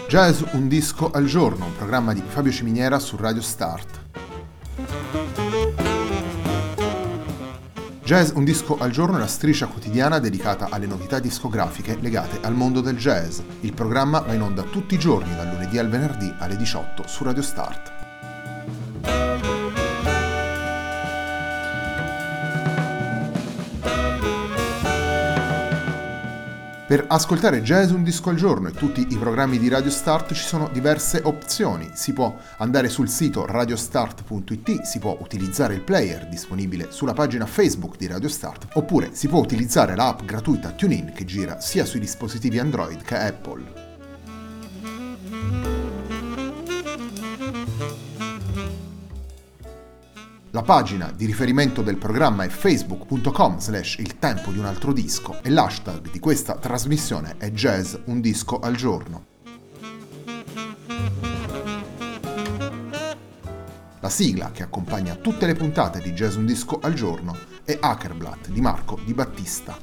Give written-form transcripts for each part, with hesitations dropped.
Jazz un disco al giorno, un programma di Fabio Ciminiera su Radio Start. Jazz un disco al giorno è una striscia quotidiana dedicata alle novità discografiche legate al mondo del jazz. Il programma va in onda tutti i giorni, dal lunedì al venerdì alle 18 su Radio Start. Per ascoltare Jazz un disco al giorno e tutti i programmi di Radio Start ci sono diverse opzioni. Si può andare sul sito radiostart.it, si può utilizzare il player disponibile sulla pagina Facebook di Radio Start, oppure si può utilizzare l'app gratuita TuneIn che gira sia sui dispositivi Android che Apple. La pagina di riferimento del programma è facebook.com/il tempo di un altro disco e l'hashtag di questa trasmissione è Jazz un disco al giorno. La sigla che accompagna tutte le puntate di Jazz un disco al giorno è Hackerblatt di Marco Di Battista.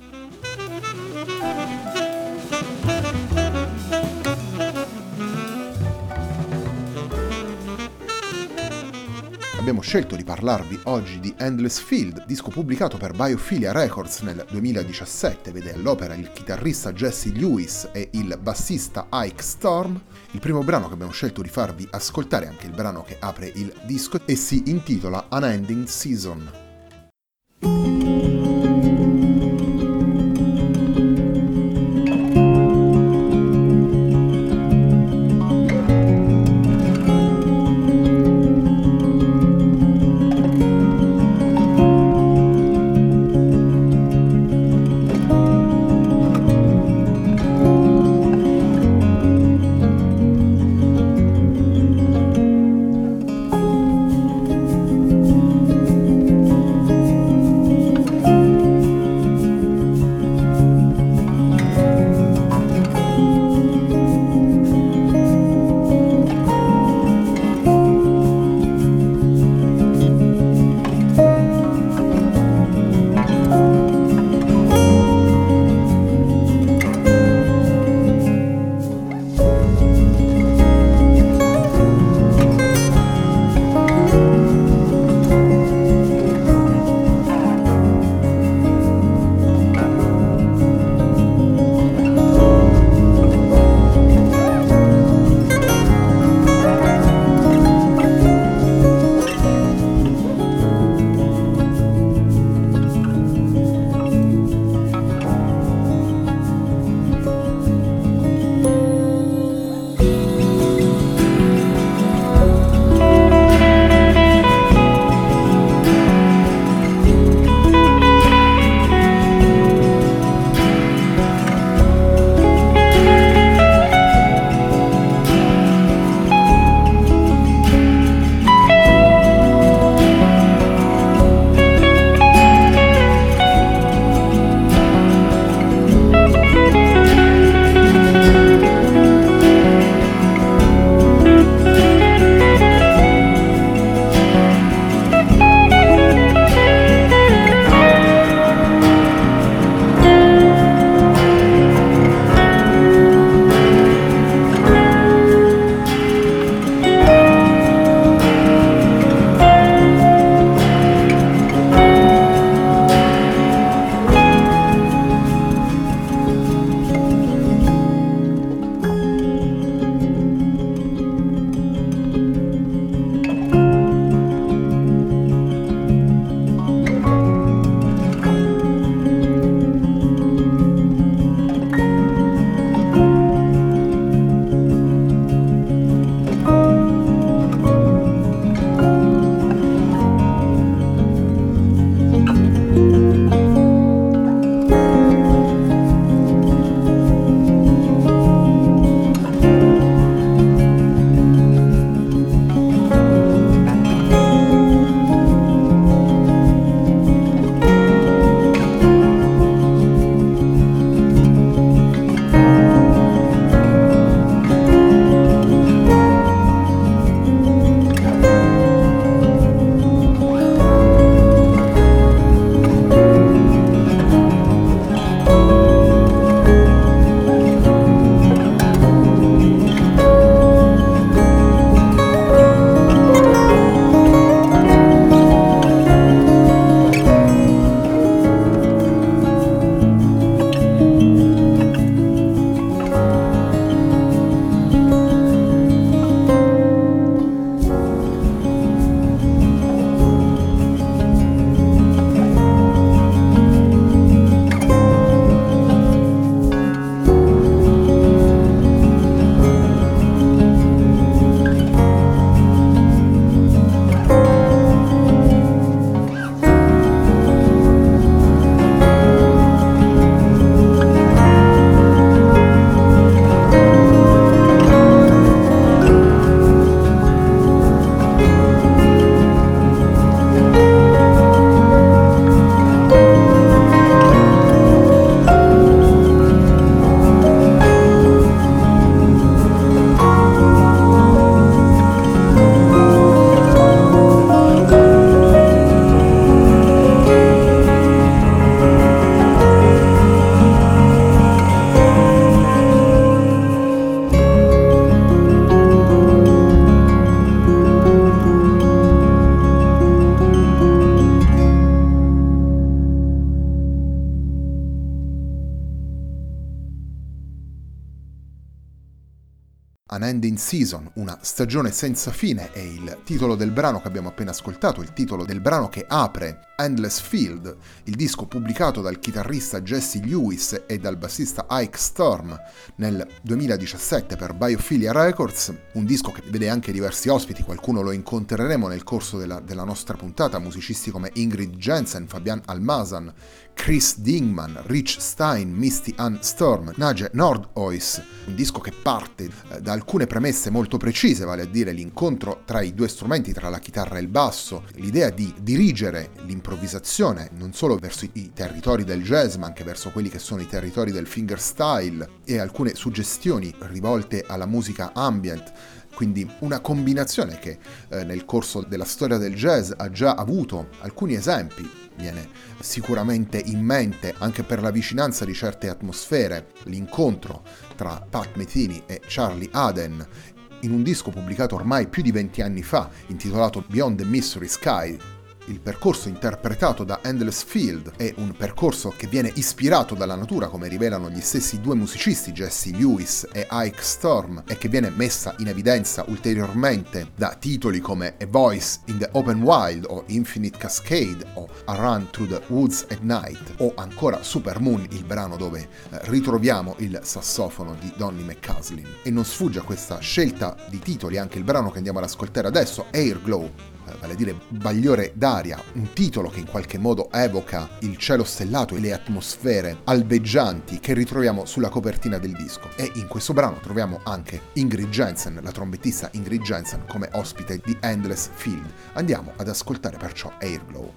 Abbiamo scelto di parlarvi oggi di Endless Field, disco pubblicato per Biophilia Records nel 2017, vede all'opera il chitarrista Jesse Lewis e il bassista Ike Storm. Il primo brano che abbiamo scelto di farvi ascoltare è anche il brano che apre il disco e si intitola Unending Season. An Ending Season, una stagione senza fine, è il titolo del brano che abbiamo appena ascoltato, il titolo del brano che apre Endless Field, il disco pubblicato dal chitarrista Jesse Lewis e dal bassista Ike Storm nel 2017 per Biophilia Records, un disco che vede anche diversi ospiti, qualcuno lo incontreremo nel corso della nostra puntata, musicisti come Ingrid Jensen, Fabian Almazan, Chris Dingman, Rich Stein, Misty Ann Storm, Nage Nordhuis, un disco che parte da alcune premesse molto precise, vale a dire l'incontro tra i due strumenti, tra la chitarra e il basso, l'idea di dirigere l'improvvisazione non solo verso i territori del jazz ma anche verso quelli che sono i territori del fingerstyle e alcune suggestioni rivolte alla musica ambient. Quindi una combinazione che nel corso della storia del jazz ha già avuto alcuni esempi. Viene sicuramente in mente, anche per la vicinanza di certe atmosfere, l'incontro tra Pat Metheny e Charlie Haden in un disco pubblicato ormai più di 20 anni fa, intitolato Beyond the Mystery Sky. Il percorso interpretato da Endless Field è un percorso che viene ispirato dalla natura, come rivelano gli stessi due musicisti, Jesse Lewis e Ike Storm, e che viene messa in evidenza ulteriormente da titoli come A Voice in the Open Wild o Infinite Cascade o A Run Through the Woods at Night o ancora Super Moon, il brano dove ritroviamo il sassofono di Donny McCaslin. E non sfugge a questa scelta di titoli anche il brano che andiamo ad ascoltare adesso, Airglow, vale a dire bagliore d'aria, un titolo che in qualche modo evoca il cielo stellato e le atmosfere albeggianti che ritroviamo sulla copertina del disco. E in questo brano troviamo anche Ingrid Jensen, la trombettista Ingrid Jensen, come ospite di Endless Field. Andiamo ad ascoltare perciò Airglow.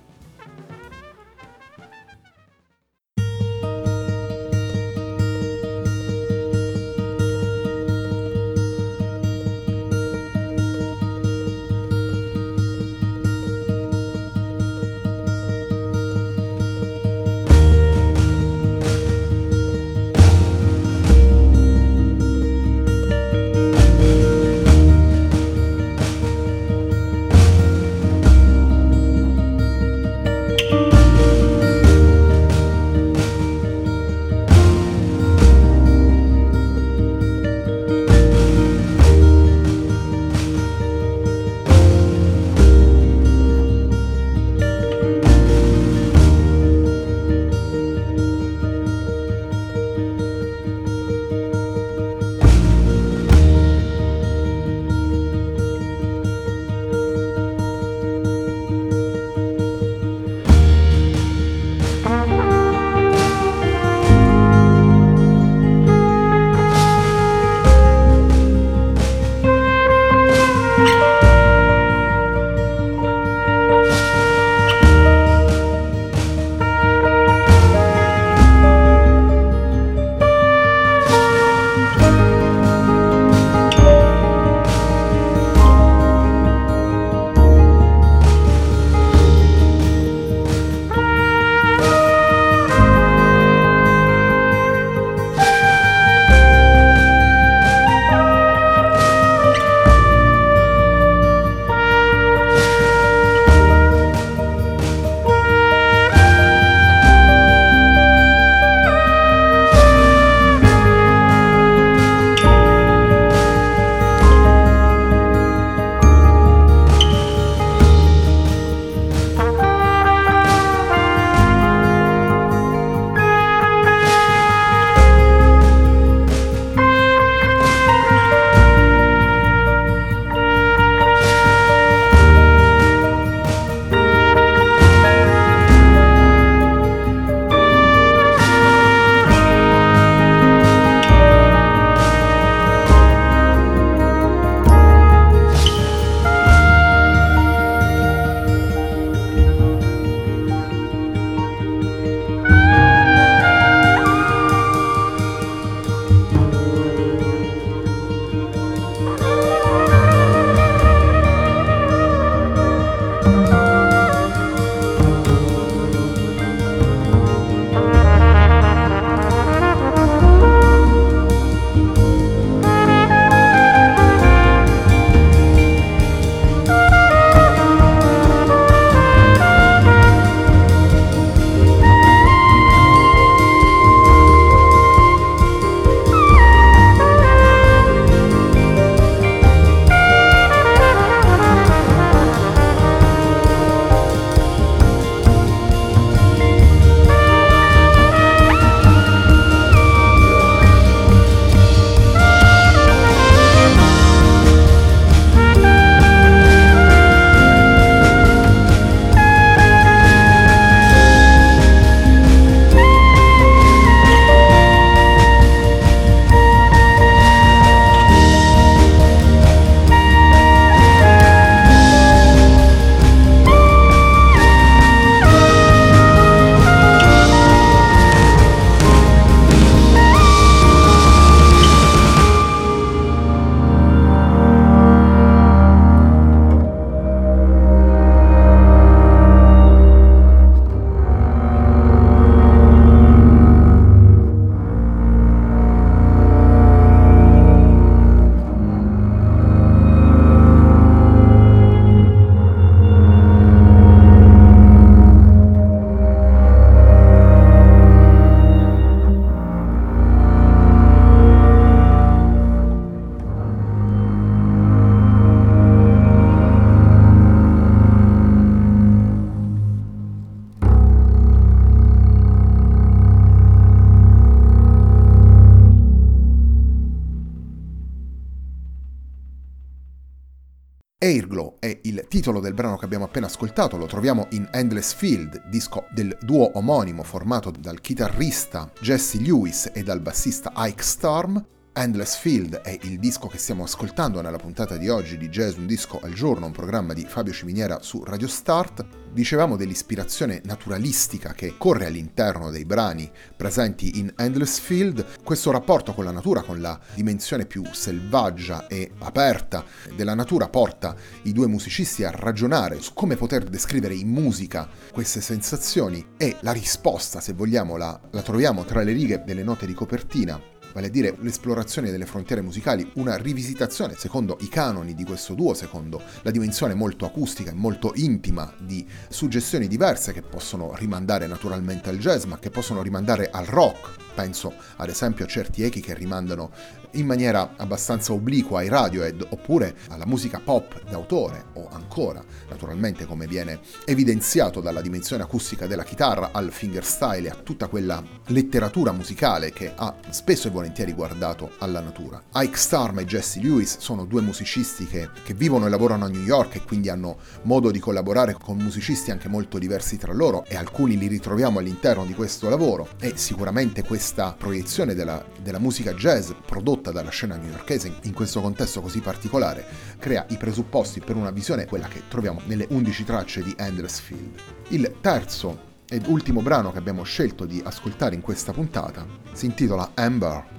Airglow è il titolo del brano che abbiamo appena ascoltato, lo troviamo in Endless Field, disco del duo omonimo formato dal chitarrista Jesse Lewis e dal bassista Ike Storm. Endless Field è il disco che stiamo ascoltando nella puntata di oggi di Jazz Un Disco al Giorno, un programma di Fabio Ciminiera su Radio Start. Dicevamo dell'ispirazione naturalistica che corre all'interno dei brani presenti in Endless Field, questo rapporto con la natura, con la dimensione più selvaggia e aperta della natura, porta i due musicisti a ragionare su come poter descrivere in musica queste sensazioni, e la risposta, se vogliamo, la troviamo tra le righe delle note di copertina, vale a dire l'esplorazione delle frontiere musicali, una rivisitazione secondo i canoni di questo duo, secondo la dimensione molto acustica e molto intima di suggestioni diverse che possono rimandare naturalmente al jazz, ma che possono rimandare al rock. Penso ad esempio a certi echi che rimandano in maniera abbastanza obliqua ai Radiohead, oppure alla musica pop d'autore, o ancora, naturalmente, come viene evidenziato dalla dimensione acustica della chitarra, al fingerstyle e a tutta quella letteratura musicale che ha spesso e volentieri guardato alla natura. Ike Storm e Jesse Lewis sono due musicisti che vivono e lavorano a New York e quindi hanno modo di collaborare con musicisti anche molto diversi tra loro, e alcuni li ritroviamo all'interno di questo lavoro, e sicuramente questa proiezione della musica jazz prodotta dalla scena newyorkese in questo contesto così particolare crea i presupposti per una visione, quella che troviamo nelle 11 tracce di Endless Field. Il terzo ed ultimo brano che abbiamo scelto di ascoltare in questa puntata si intitola Amber.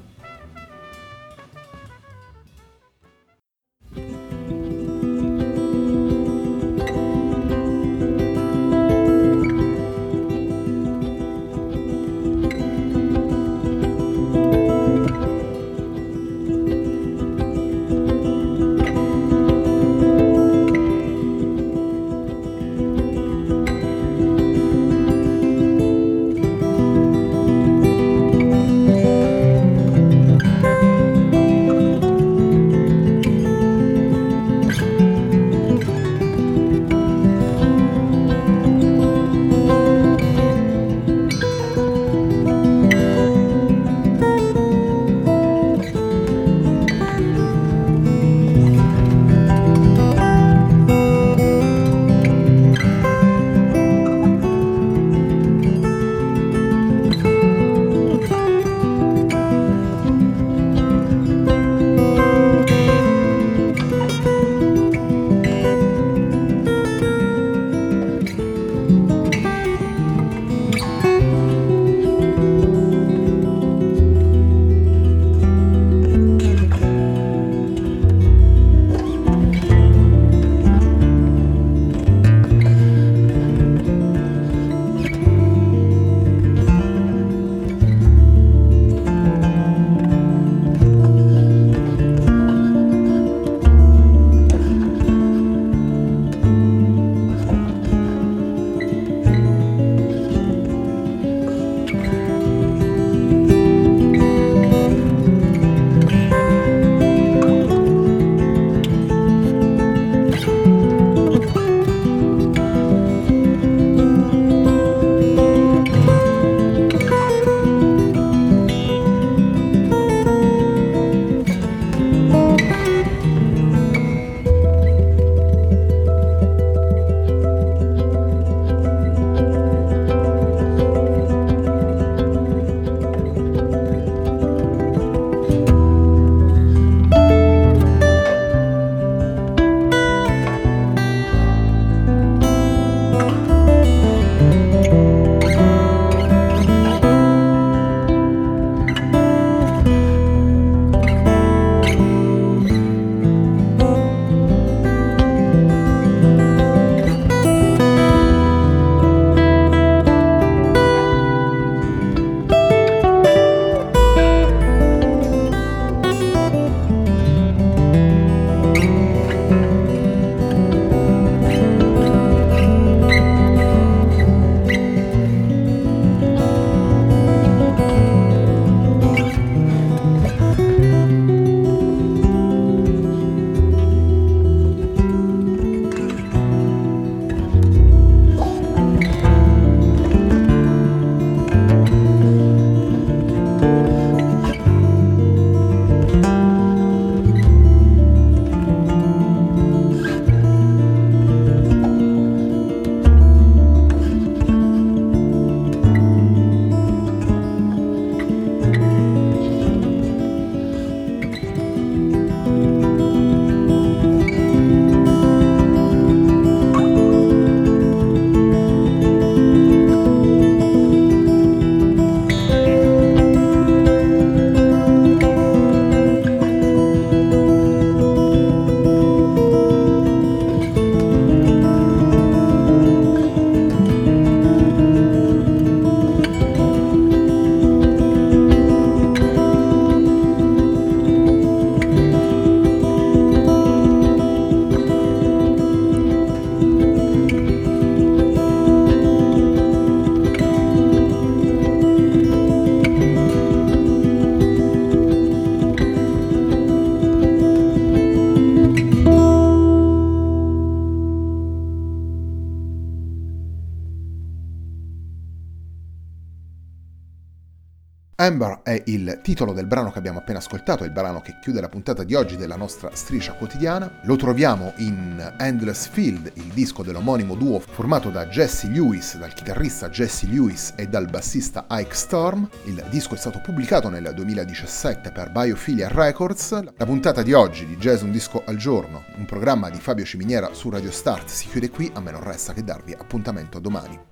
Amber è il titolo del brano che abbiamo appena ascoltato, è il brano che chiude la puntata di oggi della nostra striscia quotidiana. Lo troviamo in Endless Field, il disco dell'omonimo duo formato da Jesse Lewis, dal chitarrista Jesse Lewis e dal bassista Ike Storm. Il disco è stato pubblicato nel 2017 per Biophilia Records. La puntata di oggi di Jazz Un Disco al Giorno, un programma di Fabio Ciminiera su Radio Start, si chiude qui. A me non resta che darvi appuntamento a domani.